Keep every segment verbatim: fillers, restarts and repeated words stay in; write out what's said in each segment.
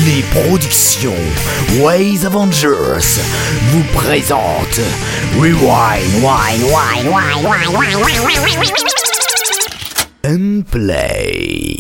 Les productions Ways Avengers vous présentent Rewind, Wine, Wine, Wine, Wine, Wine, Wine, Wine, and Play.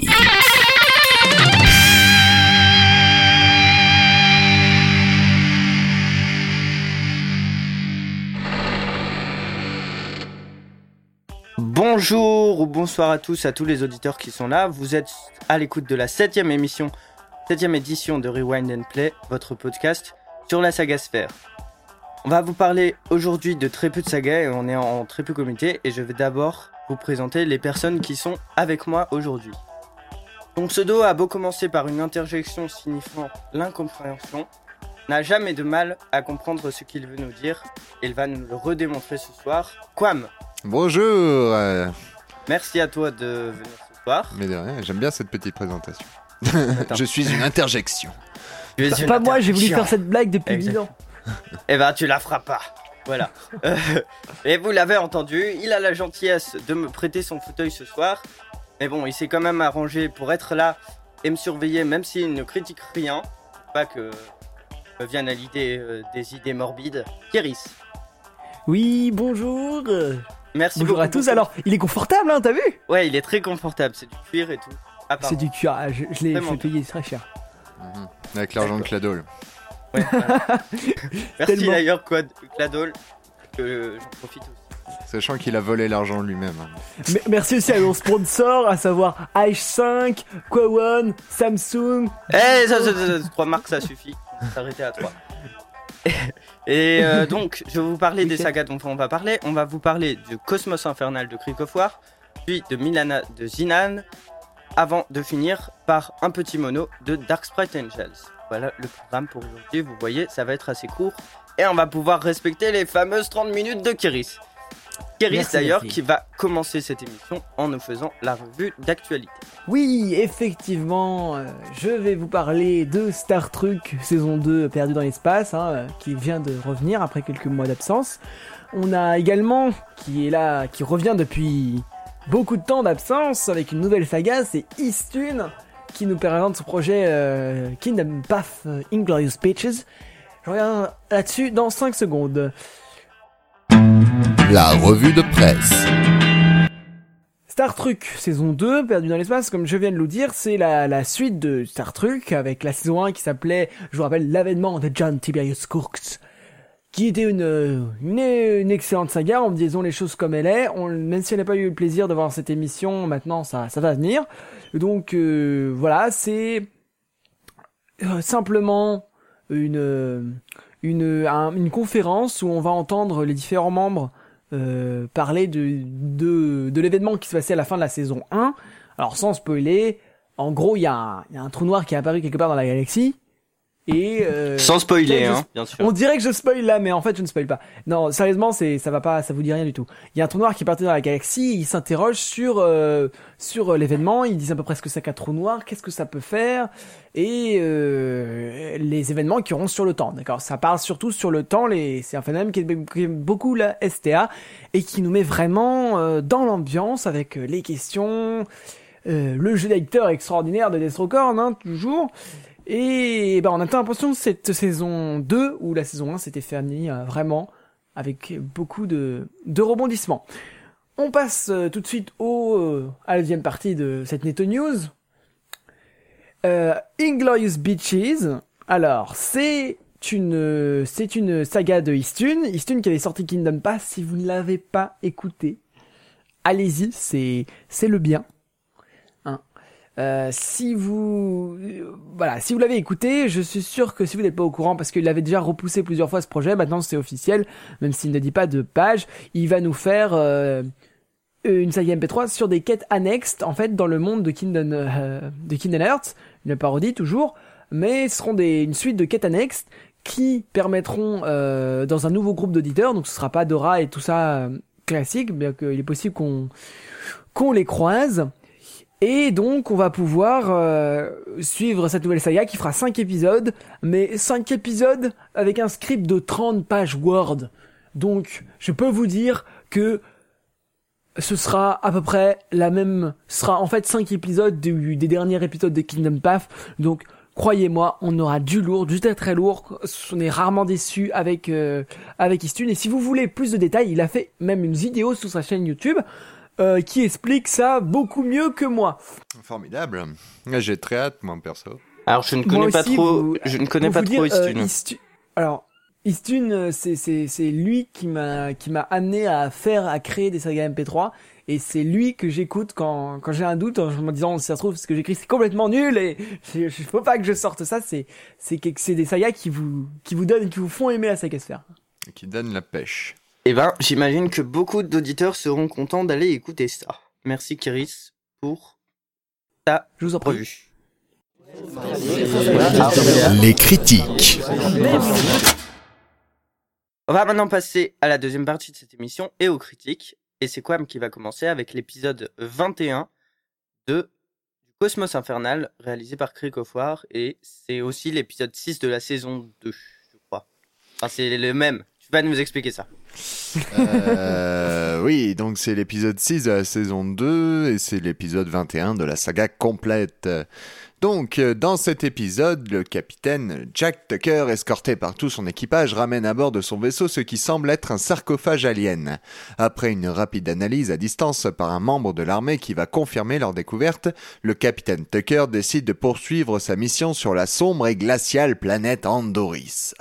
Bonjour ou bonsoir à tous, à tous les auditeurs qui sont là. Vous êtes à l'écoute de la septième émission, septième édition de Rewind and Play, votre podcast sur la saga Sphère. On va vous parler aujourd'hui de très peu de sagas et on est en très peu comité. Et je vais d'abord vous présenter les personnes qui sont avec moi aujourd'hui. Son pseudo a beau commencer par une interjection signifiant l'incompréhension, n'a jamais de mal à comprendre ce qu'il veut nous dire. Il va nous le redémontrer ce soir. Quam. Bonjour. Merci à toi de venir ce soir. Mais de rien, j'aime bien cette petite présentation. Je suis une interjection. Tu es Pas, une pas moi, j'ai voulu interjection. faire cette blague depuis dix ans. Eh ben, tu la feras pas. Voilà. Euh, et vous l'avez entendu, il a la gentillesse de me prêter son fauteuil ce soir. Mais bon, il s'est quand même arrangé pour être là et me surveiller, même s'il ne critique rien. Pas que me viennent à l'idée euh, des idées morbides. Kéris. Oui, bonjour. Merci Bonjour beaucoup. à tous. Alors, il est confortable, hein, t'as vu? Ouais, il est très confortable, c'est du cuir et tout. Apparemment. C'est du cuir, ah, je, je l'ai Vraiment. fait payer très cher. Mhm. Avec l'argent de Cladol. Ouais, voilà. Merci Tellement. d'ailleurs, Quad- Cladol, que j'en profite aussi. Sachant qu'il a volé l'argent lui-même. M- merci aussi à nos sponsors, à savoir H cinq, Kwon, Samsung. Eh, ça, ça, ça, ça, trois marques, ça suffit. On va s'arrêter à trois. Et euh, donc, je vais vous parler des Ok. sagas dont on va parler. On va vous parler du Cosmos Infernal de Creek of War, puis de Milana de Zinan, avant de finir par un petit mono de Dark Sprite Angels. Voilà le programme pour aujourd'hui. Vous voyez, ça va être assez court. Et on va pouvoir respecter les fameuses trente minutes de Kéris. Kéris Merci, d'ailleurs, merci. qui va commencer cette émission en nous faisant la revue d'actualité. Oui, effectivement, euh, je vais vous parler de Star Trek saison deux perdu dans l'espace, hein, euh, qui vient de revenir après quelques mois d'absence. On a également, qui est là, qui revient depuis beaucoup de temps d'absence, avec une nouvelle saga, c'est Eastune, qui nous présente ce projet euh, Kingdom Path euh, Inglorious Pages. Je reviens là-dessus dans cinq secondes. La revue de presse. Star Trek saison deux, perdu dans l'espace, comme je viens de le dire, c'est la, la suite de Star Trek avec la saison un qui s'appelait, je vous rappelle, l'avènement de John Tiberius Kirk, qui était une, une, une excellente saga, en disant les choses comme elle est. On, même si on n'a pas eu le plaisir de voir cette émission, maintenant ça, ça va venir. Donc euh, voilà, c'est euh, simplement une, une, un- une conférence où on va entendre les différents membres Euh, parler de, de, de l'événement qui se passait à la fin de la saison un. Alors sans spoiler, en gros il y, a un- il y a un trou noir qui est apparu quelque part dans la galaxie. Et euh, Sans spoiler, je- hein, bien sûr. on dirait que je spoil là, mais en fait je ne spoil pas. Non, sérieusement, c'est ça va pas, ça vous dit rien du tout. Il y a un trou noir qui est parti dans la galaxie, il s'interroge sur euh, sur euh, l'événement, il dit à peu près ce que c'est qu'un trou noir, qu'est-ce que ça peut faire, et euh, les événements qui auront sur le temps. D'accord, ça parle surtout sur le temps. Les, c'est un phénomène qui aime qui aime beaucoup la S T A et qui nous met vraiment euh, dans l'ambiance avec euh, les questions, euh, le jeu d'acteur extraordinaire de Destrocorn, hein, toujours. Et ben on a l'impression que cette saison deux, où la saison un s'était finie euh, vraiment avec beaucoup de, de rebondissements. On passe euh, tout de suite au, euh, à la deuxième partie de cette Neto News. Euh, Inglorious Beaches. Alors, c'est une, c'est une saga de Eastune. Eastune qui avait sorti Kingdom Path. Si vous ne l'avez pas écouté, allez-y, c'est, c'est le bien. Euh, si vous, euh, voilà, si vous l'avez écouté, je suis sûr que si vous n'êtes pas au courant, parce qu'il avait déjà repoussé plusieurs fois ce projet, maintenant c'est officiel, même s'il ne dit pas de page, il va nous faire euh, une saga M P trois sur des quêtes annexes, en fait, dans le monde de Kingdom, euh, de Kingdom Hearts, une parodie toujours, mais ce seront des, une suite de quêtes annexes qui permettront, euh, dans un nouveau groupe d'auditeurs, donc ce sera pas Dora et tout ça euh, classique, bien qu'il est possible qu'on qu'on les croise. Et donc, on va pouvoir euh, suivre cette nouvelle saga qui fera cinq épisodes, mais cinq épisodes avec un script de trente pages Word. Donc, je peux vous dire que ce sera à peu près la même... Ce sera en fait cinq épisodes du, des derniers épisodes de Kingdom Path. Donc, croyez-moi, on aura du lourd, du très très lourd. On est rarement déçus avec euh, avec Istune. Et si vous voulez plus de détails, il a fait même une vidéo sur sa chaîne YouTube euh, qui explique ça beaucoup mieux que moi. Formidable. J'ai très hâte, moi, perso. Alors, je ne connais Moi pas aussi, trop, vous- je ne connais pour pas vous trop dire, euh, Istune. Istu- Alors, Istune, euh, c'est c'est c'est lui qui m'a qui m'a amené à faire à créer des sagas M P trois et c'est lui que j'écoute quand quand j'ai un doute en me disant si ça se trouve ce que j'écris c'est complètement nul et je, je faut pas que je sorte ça. C'est c'est que c'est des sagas qui vous qui vous donnent qui vous font aimer la sagasphère. Qui donne la pêche. Eh ben, j'imagine que beaucoup d'auditeurs seront contents d'aller écouter ça. Merci Kéris pour ta Je vous en prie. revue. Les critiques. On va maintenant passer à la deuxième partie de cette émission et aux critiques. Et c'est Quam qui va commencer avec l'épisode vingt et un de du Cosmos Infernal, réalisé par Crick of War. Et c'est aussi l'épisode six de la saison deux, je crois. Enfin, c'est le même. Tu vas nous expliquer ça. Euh, oui, donc c'est l'épisode six de la saison deux et c'est l'épisode vingt et un de la saga complète. Donc, euh, dans cet épisode, le capitaine Jack Tucker, escorté par tout son équipage, ramène à bord de son vaisseau ce qui semble être un sarcophage alien. Après une rapide analyse à distance par un membre de l'armée qui va confirmer leur découverte, le capitaine Tucker décide de poursuivre sa mission sur la sombre et glaciale planète Andoris.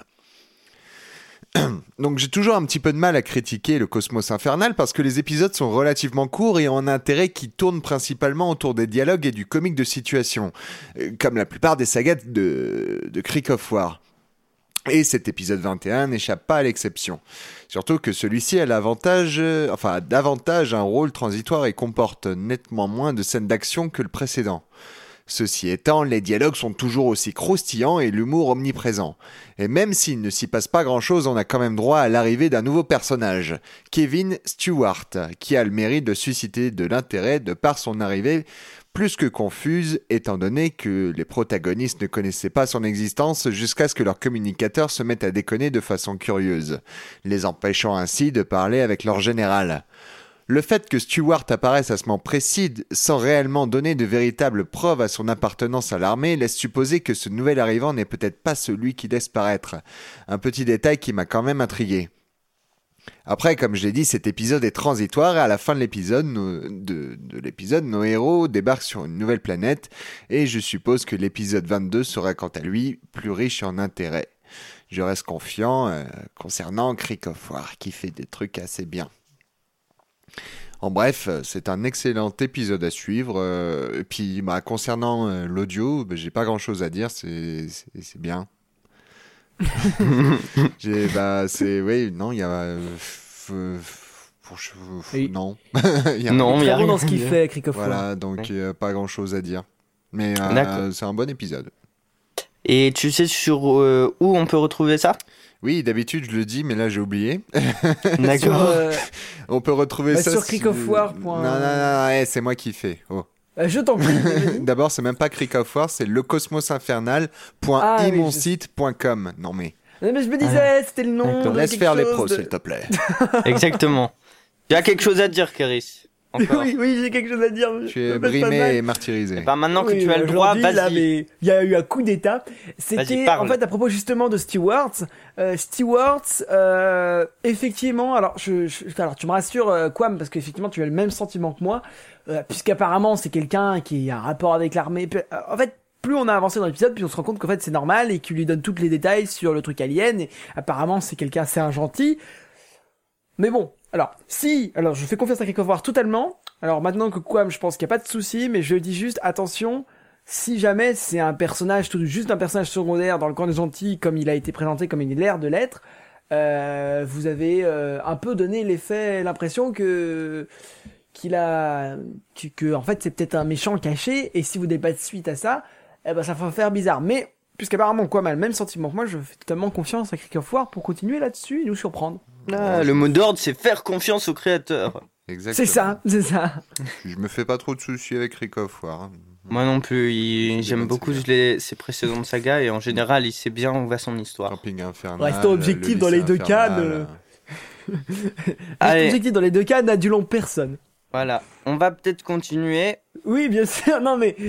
Donc j'ai toujours un petit peu de mal à critiquer le Cosmos Infernal parce que les épisodes sont relativement courts et ont un intérêt qui tourne principalement autour des dialogues et du comique de situation, euh, comme la plupart des sagas de, de Crick of War. Et cet épisode vingt et un n'échappe pas à l'exception. Surtout que celui-ci a l'avantage, euh, enfin a davantage un rôle transitoire et comporte nettement moins de scènes d'action que le précédent. Ceci étant, les dialogues sont toujours aussi croustillants et l'humour omniprésent. Et même s'il ne s'y passe pas grand-chose, on a quand même droit à l'arrivée d'un nouveau personnage, Kevin Stewart, qui a le mérite de susciter de l'intérêt de par son arrivée plus que confuse, étant donné que les protagonistes ne connaissaient pas son existence jusqu'à ce que leurs communicateurs se mettent à déconner de façon curieuse, les empêchant ainsi de parler avec leur général. Le fait que Stewart apparaisse à ce moment précis sans réellement donner de véritables preuves à son appartenance à l'armée laisse supposer que ce nouvel arrivant n'est peut-être pas celui qui laisse paraître. Un petit détail qui m'a quand même intrigué. Après, comme je l'ai dit, cet épisode est transitoire et à la fin de l'épisode, nos, de, de l'épisode, nos héros débarquent sur une nouvelle planète et je suppose que l'épisode vingt-deux sera quant à lui plus riche en intérêt. Je reste confiant euh, concernant Crick of War qui fait des trucs assez bien. En bref, c'est un excellent épisode à suivre. Euh, et puis, bah, concernant euh, l'audio, bah, j'ai pas grand-chose à dire. C'est, c'est, c'est bien. j'ai, bah, c'est, oui, non, il y a, euh, f- f- pour, f- Oui. non, il y a Non, Il il est y a très bon dans rien. ce qu'il fait, Crick of War. Voilà, donc Ouais. euh, pas grand-chose à dire. Mais euh, D'accord. c'est un bon épisode. Et tu sais sur euh, où on peut retrouver ça? Oui, d'habitude je le dis, mais là j'ai oublié. Sur, D'accord. euh, On peut retrouver Bah, ça sur crick of war point- Non, non, non, ouais, c'est moi qui fais. Oh. euh, je t'en prie. vas-y. D'abord, c'est même pas Crick of War, c'est le cosmos infernal point Ah, oui, imonsite point com. Non mais, Non, mais je me disais, c'était le nom. D'accord. de laisse quelque faire les chose pros, de- s'il te plaît. Exactement. Tu as quelque chose à dire, Kéris? Encore. oui, oui, j'ai quelque chose à dire. Tu es Me passe pas brimé mal. et martyrisé. Bah, maintenant que Oui, tu as le droit, aujourd'hui, là, vas-y. mais il y a eu un coup d'état. Vas-y, C'était parle. en fait à propos justement de Stewart. Euh, Stewart, euh, effectivement, alors je, je, alors tu me rassures, euh, Quam, parce qu'effectivement tu as le même sentiment que moi, euh, puisqu'apparemment c'est quelqu'un qui a un rapport avec l'armée. Puis, euh, En fait, plus on a avancé dans l'épisode, plus on se rend compte qu'en fait c'est normal et qu'il lui donne tous les détails sur le truc alien. Et apparemment c'est quelqu'un assez un gentil. Mais bon, alors si, alors je fais confiance à Crick of War totalement. Alors maintenant que Quam, je pense qu'il n'y a pas de souci, mais je dis juste attention. Si jamais c'est un personnage, tout juste un personnage secondaire dans le camp des gentils, comme il a été présenté, comme il a l'air de l'être, euh, vous avez euh, un peu donné l'effet, l'impression que qu'il a, que, que, en fait c'est peut-être un méchant caché, et si vous n'avez pas de suite à ça, eh ben ça va faire bizarre. Mais puisqu'apparemment quoi, mal le même sentiment que moi, je fais totalement confiance à Crick of War pour continuer là-dessus et nous surprendre. Ah, le mot d'ordre, c'est faire confiance au créateur. Exactement. C'est ça, c'est ça. Je me fais pas trop de soucis avec Crick of War. hein. Moi non plus, il- C'est j'aime des bonnes beaucoup sagas. les... ses précédentes sagas et en général, il sait bien où va son histoire. Camping infernal. Restons objectifs le dans les lycée deux cas, infernal. ne- Allez. L'objectif dans les deux cas n'adulons personne. Voilà, on va peut-être continuer. Oui, bien sûr. Non mais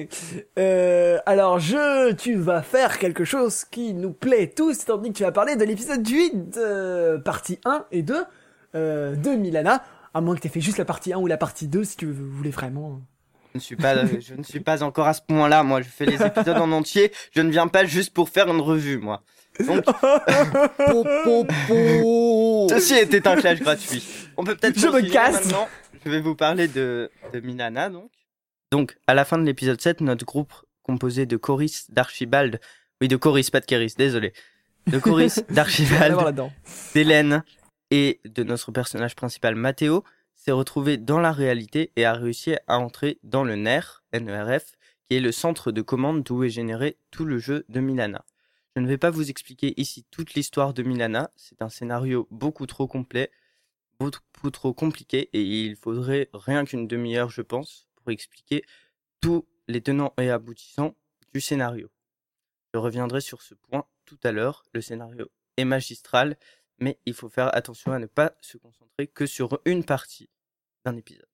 euh, alors je, tu vas faire quelque chose qui nous plaît tous, étant donné que tu vas parler de l'épisode huit, euh, partie un et deux euh, de Milana. À moins que t'aies fait juste la partie un ou la partie deux, si tu voulais vraiment. Je ne suis pas, je ne suis pas encore à ce point-là. Moi, je fais les épisodes en entier. Je ne viens pas juste pour faire une revue, moi. Donc, Po, po, po. ceci était un clash gratuit. On peut peut-être Je me continuer casse. maintenant. Je vais vous parler de, de Milana, donc. Donc, à la fin de l'épisode sept, notre groupe composé de Coris, d'Archibald, oui, de Coris, pas de Kéris, désolé. De Coris, Rien à voir d'Archibald, là-dedans. d'Hélène et de notre personnage principal, Matteo, s'est retrouvé dans la réalité et a réussi à entrer dans le N E R, N E R F, qui est le centre de commande d'où est généré tout le jeu de Milana. Je ne vais pas vous expliquer ici toute l'histoire de Milana, c'est un scénario beaucoup trop complet, beaucoup trop compliqué, et il faudrait rien qu'une demi-heure, je pense, pour expliquer tous les tenants et aboutissants du scénario. Je reviendrai sur ce point tout à l'heure, le scénario est magistral, mais il faut faire attention à ne pas se concentrer que sur une partie d'un épisode.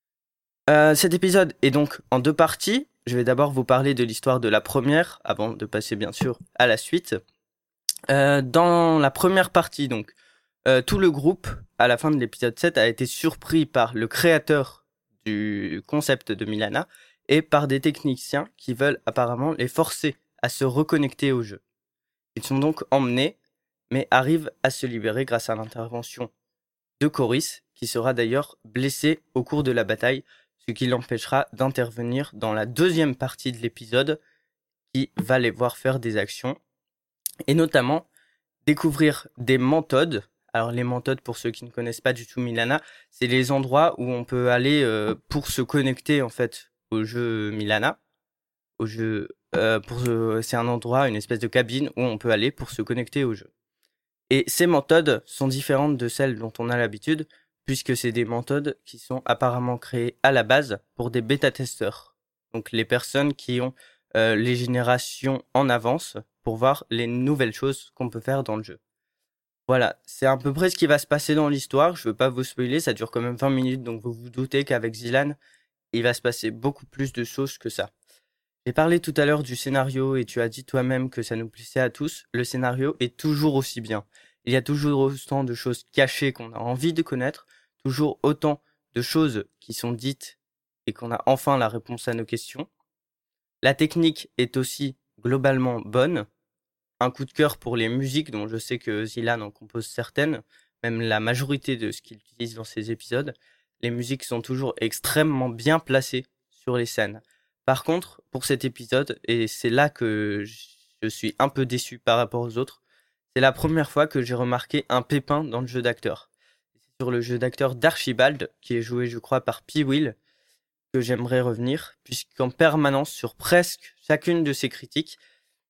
Euh, cet épisode est donc en deux parties. Je vais d'abord vous parler de l'histoire de la première, avant de passer bien sûr à la suite. Euh, dans la première partie, donc, euh, tout le groupe, à la fin de l'épisode sept, a été surpris par le créateur du concept de Milana et par des techniciens qui veulent apparemment les forcer à se reconnecter au jeu. Ils sont donc emmenés, mais arrivent à se libérer grâce à l'intervention de Coris, qui sera d'ailleurs blessé au cours de la bataille, ce qui l'empêchera d'intervenir dans la deuxième partie de l'épisode, qui va les voir faire des actions, et notamment découvrir des mentodes. Alors les mentodes, pour ceux qui ne connaissent pas du tout Milana, c'est les endroits où on peut aller euh, pour se connecter en fait au jeu Milana. Au jeu, euh, pour, euh, c'est un endroit, une espèce de cabine où on peut aller pour se connecter au jeu. Et ces méthodes sont différentes de celles dont on a l'habitude, puisque c'est des méthodes qui sont apparemment créées à la base pour des bêta-testeurs. Donc les personnes qui ont euh, les générations en avance pour voir les nouvelles choses qu'on peut faire dans le jeu. Voilà, c'est à peu près ce qui va se passer dans l'histoire. Je veux pas vous spoiler, ça dure quand même vingt minutes, donc vous vous doutez qu'avec Zilan, il va se passer beaucoup plus de choses que ça. J'ai parlé tout à l'heure du scénario et tu as dit toi-même que ça nous plaisait à tous. Le scénario est toujours aussi bien. Il y a toujours autant de choses cachées qu'on a envie de connaître, toujours autant de choses qui sont dites et qu'on a enfin la réponse à nos questions. La technique est aussi globalement bonne. Un coup de cœur pour les musiques, dont je sais que Zilan en compose certaines, même la majorité de ce qu'il utilise dans ses épisodes. Les musiques sont toujours extrêmement bien placées sur les scènes. Par contre, pour cet épisode, et c'est là que je suis un peu déçu par rapport aux autres, c'est la première fois que j'ai remarqué un pépin dans le jeu d'acteur. C'est sur le jeu d'acteur d'Archibald, qui est joué, je crois, par P-Will, que j'aimerais revenir, puisqu'en permanence, sur presque chacune de ses critiques,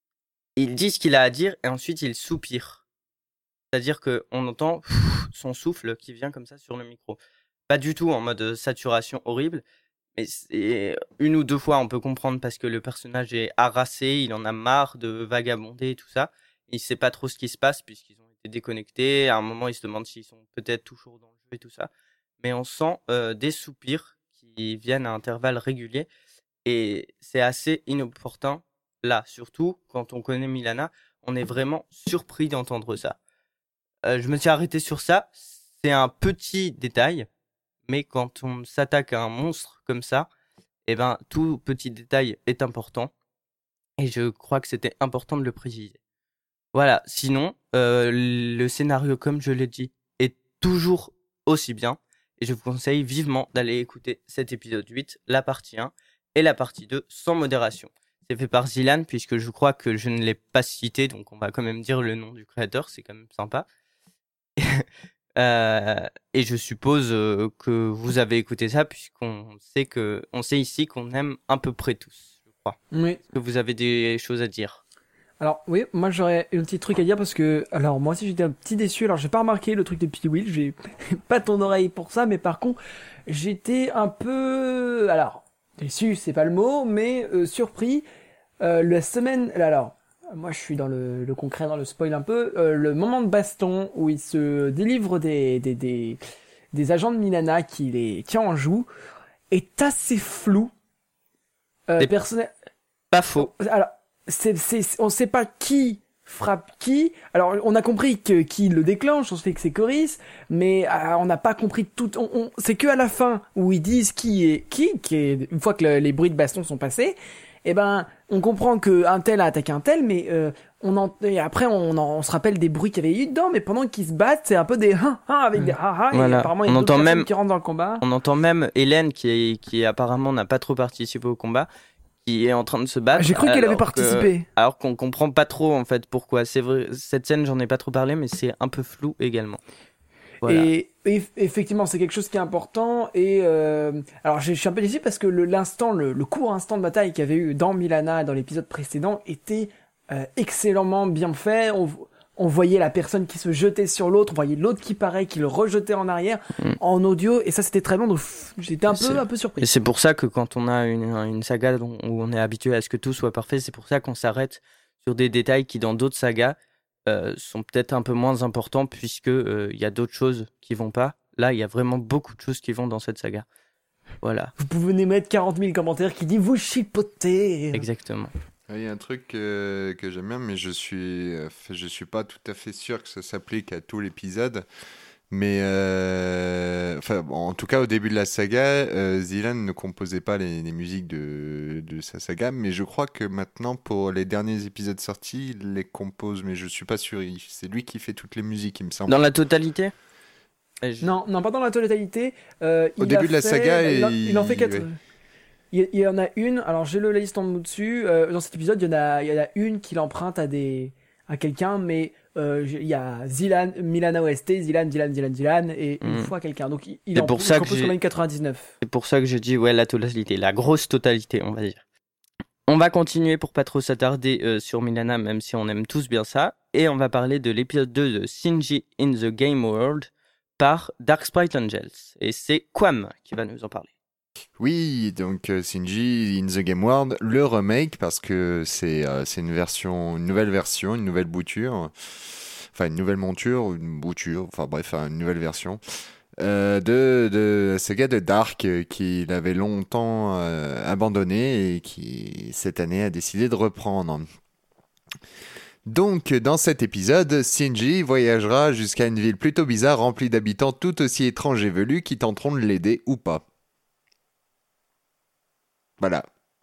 il dit ce qu'il a à dire et ensuite il soupire. C'est-à-dire qu'on entend son souffle qui vient comme ça sur le micro. Pas du tout en mode saturation horrible, mais c'est une ou deux fois on peut comprendre parce que le personnage est harassé, il en a marre de vagabonder et tout ça. Il sait pas trop ce qui se passe puisqu'ils ont été déconnectés. À un moment, il se demande s'ils sont peut-être toujours dans le jeu et tout ça. Mais on sent euh, des soupirs qui viennent à intervalles réguliers et c'est assez inopportun. Là, surtout quand on connaît Milana, on est vraiment surpris d'entendre ça. Euh, je me suis arrêté sur ça. C'est un petit détail, mais quand on s'attaque à un monstre comme ça, eh ben tout petit détail est important. Et je crois que c'était important de le préciser. Voilà. Sinon, euh, le scénario, comme je l'ai dit, est toujours aussi bien. Et je vous conseille vivement d'aller écouter cet épisode huit, la partie un et la partie deux, sans modération. C'est fait par Zilan, puisque je crois que je ne l'ai pas cité, donc on va quand même dire le nom du créateur, c'est quand même sympa. euh, et je suppose euh, que vous avez écouté ça, puisqu'on sait que, on sait ici qu'on aime à peu près tous, je crois. Oui. Est-ce que vous avez des choses à dire? Alors oui, moi j'aurais un petit truc à dire parce que, alors moi aussi j'étais un petit déçu, alors j'ai pas remarqué le truc de P-Will, j'ai pas ton oreille pour ça, mais par contre j'étais un peu, alors déçu c'est pas le mot, mais euh, surpris, euh, la semaine, alors moi je suis dans le, le concret, dans le spoil un peu, euh, le moment de baston où il se délivre des, des, des, des agents de Milana qui les qui en jouent est assez flou. Euh, C'est personnel... Pas faux. Alors, c'est, c'est, on sait pas qui frappe qui. Alors, on a compris que qui le déclenche, on sait que c'est Coris, mais euh, on n'a pas compris tout. On, on, c'est que à la fin où ils disent qui est qui, qui est une fois que le, les bruits de baston sont passés, eh ben, on comprend que un tel a attaqué un tel, mais euh, on en, et après on, en, on se rappelle des bruits qu'il y avait eu dedans, mais pendant qu'ils se battent, c'est un peu des hein, hein, avec des ha ha. Voilà. Et apparemment, il y a On d'autres entend personnes même- qui rentrent dans le combat. On entend même Hélène qui, est, qui apparemment n'a pas trop participé au combat, qui est en train de se battre. Ah, j'ai cru qu'elle alors avait que- participé. Alors qu'on comprend pas trop en fait pourquoi. C'est vrai, cette scène j'en ai pas trop parlé, mais c'est un peu flou également. Voilà. Et, et effectivement, c'est quelque chose qui est important. Et euh, alors, je, je suis un peu déçu parce que le, l'instant, le, le court instant de bataille qu'il y avait eu dans Milana dans l'épisode précédent était euh, excellemment bien fait. On, on voyait la personne qui se jetait sur l'autre, on voyait l'autre qui pareil, qui le rejetait en arrière Mm. en audio. Et ça, c'était très bon. Donc, pff, j'étais un C'est- peu, un peu Et surpris. c'est pour ça que quand on a une, une saga dont- où on est habitué à ce que tout soit parfait, c'est pour ça qu'on s'arrête sur des détails qui dans d'autres sagas euh, sont peut-être un peu moins importants puisque euh, il y a d'autres choses qui vont pas. Là, il y a vraiment beaucoup de choses qui vont dans cette saga. Voilà, Vous pouvez venir mettre quarante mille commentaires qui disent vous chipotez. exactement. Il y a un truc euh, que j'aime bien, mais je suis, euh, je suis pas tout à fait sûr que ça s'applique à tout l'épisode. Mais euh, enfin, bon, en tout cas, au début de la saga, euh, Zilan ne composait pas les, les musiques de, de sa saga, mais je crois que maintenant, pour les derniers épisodes sortis, il les compose, mais je suis pas sûr. Il- C'est lui qui fait toutes les musiques, il me semble. Dans la totalité Et je- Non, non, pas dans la totalité. Euh, Au il début a de la fait- saga, il, en- il- il en fait quatre. ouais. Il, il y en a une. Alors j'ai le la liste en dessous dessus. Euh, dans cet épisode, il y en a, il y en a une qui l'emprunte à des, à quelqu'un, mais euh, j'ai- il y a Zilan, Milana O S T, Zilan, Zilan, Zilan, Zilan, et une Mm. fois quelqu'un. Donc il, il C'est en pour il ça que compose j'ai- sur l'année quatre-vingt-dix-neuf. C'est pour ça que je dis ouais la totalité, la grosse totalité, on va dire. On va continuer pour pas trop s'attarder euh, sur Milana, même si on aime tous bien ça, et on va parler de l'épisode deux de Shinji in the Game World par Dark Sprite Angels. Et c'est Quam qui va nous en parler. Oui, donc euh, Shinji in the Game World, le remake, parce que c'est euh, c'est une version, une nouvelle version, une nouvelle bouture, enfin une nouvelle monture, ou une bouture, enfin bref, une nouvelle version euh, de, de la saga de Dark euh, qu'il avait longtemps euh, abandonné et qui cette année a décidé de reprendre. Donc, dans cet épisode, Shinji voyagera jusqu'à une ville plutôt bizarre remplie d'habitants tout aussi étranges et velus qui tenteront de l'aider ou pas. Voilà.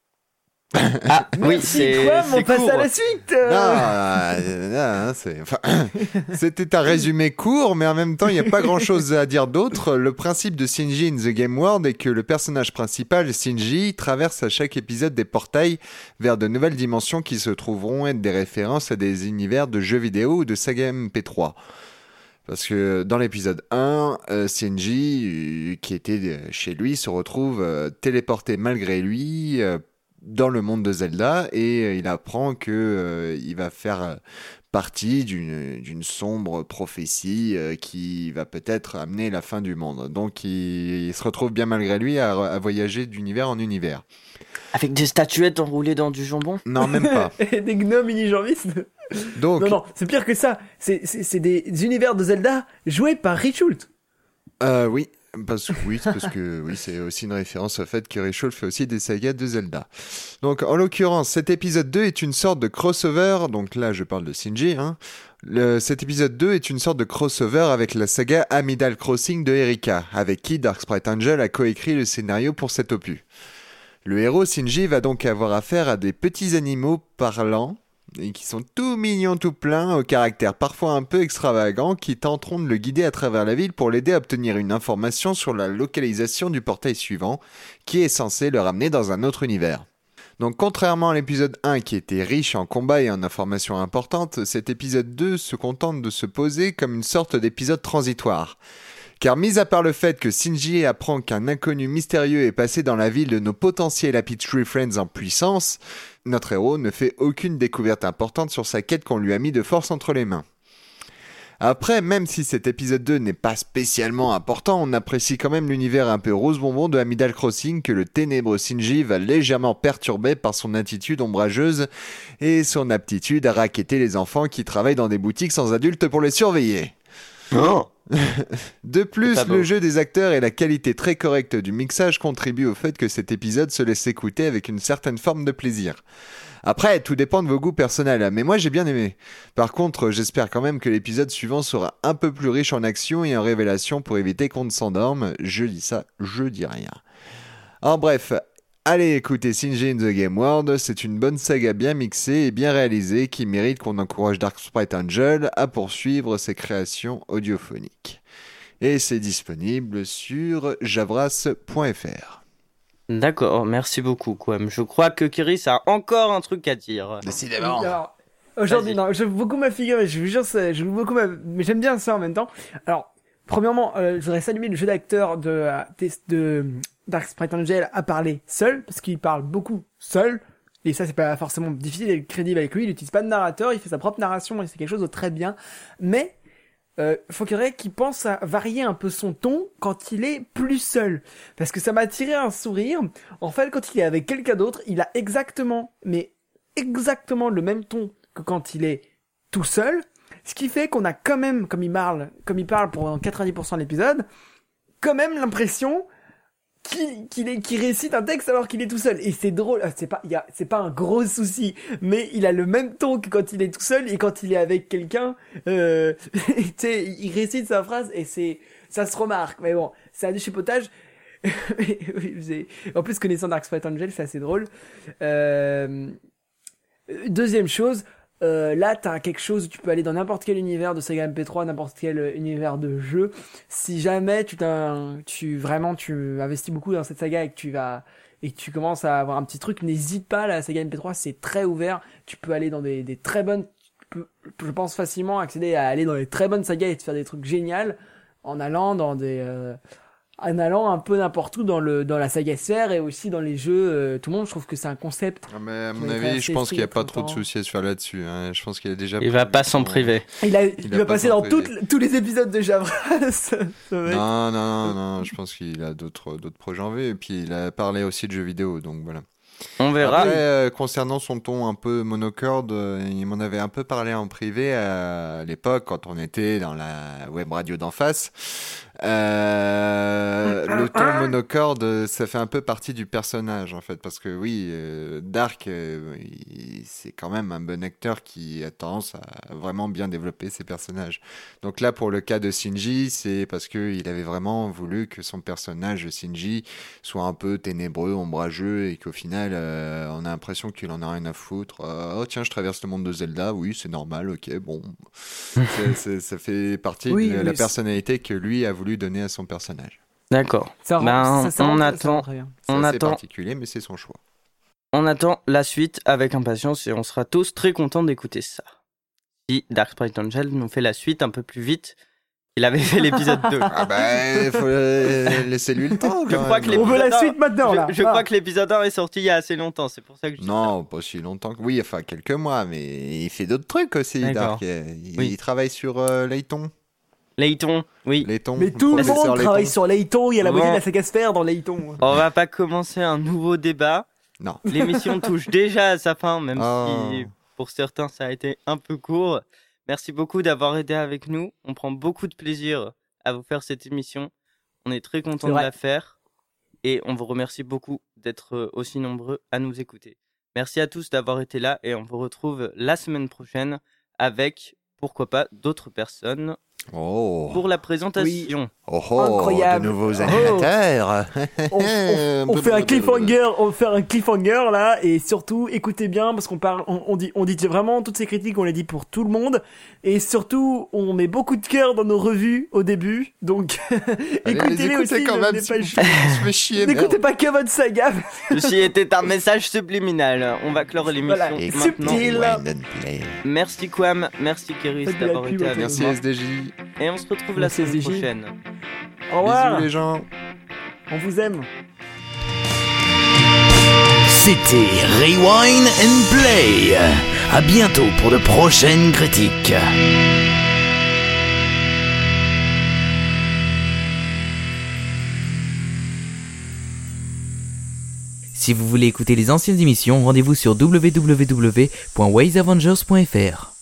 Ah oui, Merci, c'est quoi, on c'est passe court. à la suite. Non, euh, non, c'est- enfin, c'était un résumé court, mais en même temps, il n'y a pas grand-chose à dire d'autre. Le principe de Shinji in the Game World est que le personnage principal, Shinji, traverse à chaque épisode des portails vers de nouvelles dimensions qui se trouveront être des références à des univers de jeux vidéo ou de saga M P trois. Parce que dans l'épisode un, euh, Shinji, euh, qui était euh, chez lui, se retrouve euh, téléporté malgré lui euh, dans le monde de Zelda et euh, il apprend que euh, il va faire euh, partie d'une d'une sombre prophétie euh, qui va peut-être amener la fin du monde. Donc il, il se retrouve bien malgré lui à, à voyager d'univers en univers. avec des statuettes enroulées dans du jambon. Non, même pas. Et des gnomes mini-jambistes. Donc, Non, non, c'est pire que ça. C'est, c'est, c'est des univers de Zelda joués par Richult. Euh, oui, parce, oui, c'est parce que oui, c'est aussi une référence au fait que Richol fait aussi des sagas de Zelda. Donc, en l'occurrence, cet épisode deux est une sorte de crossover. Donc là, je parle de Shinji. Hein. Le, cet épisode deux est une sorte de crossover avec la saga Amidal Crossing de Erika, avec qui Dark Sprite Angel a coécrit le scénario pour cet opus. Le héros Shinji va donc avoir affaire à des petits animaux parlants et qui sont tout mignons, tout pleins, au caractère parfois un peu extravagant, qui tenteront de le guider à travers la ville pour l'aider à obtenir une information sur la localisation du portail suivant, qui est censé le ramener dans un autre univers. Donc contrairement à l'épisode un qui était riche en combats et en informations importantes, cet épisode deux se contente de se poser comme une sorte d'épisode transitoire. Car mis à part le fait que Shinji apprend qu'un inconnu mystérieux est passé dans la ville de nos potentiels Happy Tree Friends en puissance, notre héros ne fait aucune découverte importante sur sa quête qu'on lui a mis de force entre les mains. Après, même si cet épisode deux n'est pas spécialement important, on apprécie quand même l'univers un peu rose bonbon de Amidal Crossing que le ténébreux Shinji va légèrement perturber par son attitude ombrageuse et son aptitude à racketter les enfants qui travaillent dans des boutiques sans adultes pour les surveiller. Non. De plus, C'est pas le beau. jeu des acteurs et la qualité très correcte du mixage contribuent au fait que cet épisode se laisse écouter avec une certaine forme de plaisir. Après, tout dépend de vos goûts personnels, mais moi j'ai bien aimé. Par contre, j'espère quand même que l'épisode suivant sera un peu plus riche en action et en révélations pour éviter qu'on ne s'endorme. Je dis ça, je dis rien. En bref, allez écouter Shinji in the Game World, c'est une bonne saga bien mixée et bien réalisée qui mérite qu'on encourage Dark Sprite Angel à poursuivre ses créations audiophoniques. Et c'est disponible sur javras point f r. D'accord, merci beaucoup, Quam. Je crois que Kiris a encore un truc à dire. Décidément. Alors, aujourd'hui, Vas-y. non, j'aime beaucoup ma figure, et je vous jure, c'est- j'aime beaucoup ma, mais j'aime bien ça en même temps. Alors, premièrement, euh, je voudrais saluer le jeu d'acteur de, euh, de, de Dark Sprite Angel à parler seul, parce qu'il parle beaucoup seul, et ça c'est pas forcément difficile d'être crédible avec lui, il n'utilise pas de narrateur, il fait sa propre narration, et c'est quelque chose de très bien, mais euh, faut qu'il pense à varier un peu son ton quand il est plus seul, parce que ça m'a attiré un sourire. En fait, quand il est avec quelqu'un d'autre, il a exactement, mais exactement le même ton que quand il est tout seul, ce qui fait qu'on a quand même, comme il parle, comme il parle pour quatre-vingt-dix pour cent de l'épisode, quand même l'impression qu'il, qu'il est, qu'il récite un texte alors qu'il est tout seul. Et c'est drôle, ah, c'est pas, il y a, c'est pas un gros souci, mais il a le même ton que quand il est tout seul et quand il est avec quelqu'un, euh, tu sais, il récite sa phrase et c'est, ça se remarque. Mais bon, c'est un déchipotage. En plus, connaissant Dark Sprite Angel, c'est assez drôle. Euh, Deuxième chose, euh, là t'as quelque chose où tu peux aller dans n'importe quel univers de saga M P trois, n'importe quel univers de jeu. Si jamais tu t'as, tu vraiment tu investis beaucoup dans cette saga et que tu vas et que tu commences à avoir un petit truc, n'hésite pas. La saga M P trois c'est très ouvert. Tu peux aller dans des, des très bonnes, tu peux, je pense facilement accéder à aller dans des très bonnes sagas et te faire des trucs géniaux en allant dans des euh, en allant un peu n'importe où dans le dans la saga sphère et aussi dans les jeux. Euh, tout le monde, je trouve que c'est un concept. Ah, mais à Qui mon va être avis, assez je pense qu'il n'y a free pas trop de longtemps. soucis à se faire là-dessus. Hein. Je pense qu'il a déjà. Il va prévu pas s'en son- priver. Il, a, il, a va pas passer dans compris. toutes, tous les épisodes de Javras. ce mec. Non, non, non, je pense qu'il a d'autres, d'autres projets en vue. Et puis il a parlé aussi de jeux vidéo, donc voilà. On verra. Après, euh, concernant son ton un peu monocorde, euh, il m'en avait un peu parlé en privé à l'époque, quand on était dans la web radio d'en face. Euh, le ton monocorde, ça fait un peu partie du personnage, en fait, parce que oui, euh, Dark, euh, il- c'est quand même un bon acteur qui a tendance à vraiment bien développer ses personnages. Donc là, pour le cas de Shinji, c'est parce qu'il avait vraiment voulu que son personnage, Shinji, soit un peu ténébreux, ombrageux, et qu'au final, euh, on a l'impression qu'il en a rien à foutre. Euh, oh tiens, je traverse le monde de Zelda, oui, c'est normal, ok, bon. C'est- c'est- ça fait partie Oui, de oui, la c'est- personnalité que lui a voulu donner à son personnage. D'accord. Ça rend- Ben, ça- ça on rend- ça attend. rend très bien. C'est On assez attend. particulier, mais c'est son choix. On attend la suite avec impatience et on sera tous très contents d'écouter ça. Si Dark Sprite Angel nous fait la suite un peu plus vite qu'il avait fait l'épisode deux. Ah bah, il faut euh, laisser lui le temps. Je quand crois même. que On veut la l'épisode suite maintenant, Je, là. je Ah. crois que l'épisode un est sorti il y a assez longtemps, c'est pour ça que je dis Non, pas si longtemps que... Oui, enfin, quelques mois, mais il fait d'autres trucs aussi, D'accord. Dark. Il, Oui. il travaille sur euh, Layton. ça. Layton, oui. Layton. Mais tout le professeur monde Layton. travaille sur Layton. Il y a la Bon. moitié de la saga sphère dans Layton. On va pas commencer un nouveau débat. Non. L'émission touche déjà à sa fin, même Oh. si pour certains ça a été un peu court. Merci beaucoup d'avoir été avec nous. On prend beaucoup de plaisir à vous faire cette émission. On est très content C'est de vrai. la faire et on vous remercie beaucoup d'être aussi nombreux à nous écouter. Merci à tous d'avoir été là et on vous retrouve la semaine prochaine avec, pourquoi pas, d'autres personnes Oh. pour la présentation. Oh, oh, Incroyable. de nouveaux Oh. animateurs. On, on- on fait un cliffhanger, on fait un cliffhanger là, et surtout écoutez bien parce qu'on parle, on, on dit, on dit vraiment toutes ces critiques, on les dit pour tout le monde, et surtout on met beaucoup de cœur dans nos revues au début, donc Allez, écoutez-les les écoutez aussi. quand ne même, venez si pas vous chier. se fait chier, N'écoutez merde. pas que votre saga. Ceci était un message subliminal. On va clore l'émission Voilà. Et maintenant. subtil. Wind and play. Merci Quam, merci Kéris Faites de la d'avoir pub été autour avec de Merci moi. S D J. Et on se retrouve Merci, la semaine S D J. prochaine. Au revoir. Bisous les gens. On vous aime. C'était Rewind and Play. À bientôt pour de prochaines critiques. Si vous voulez écouter les anciennes émissions, rendez-vous sur w w w point ways avengers point f r.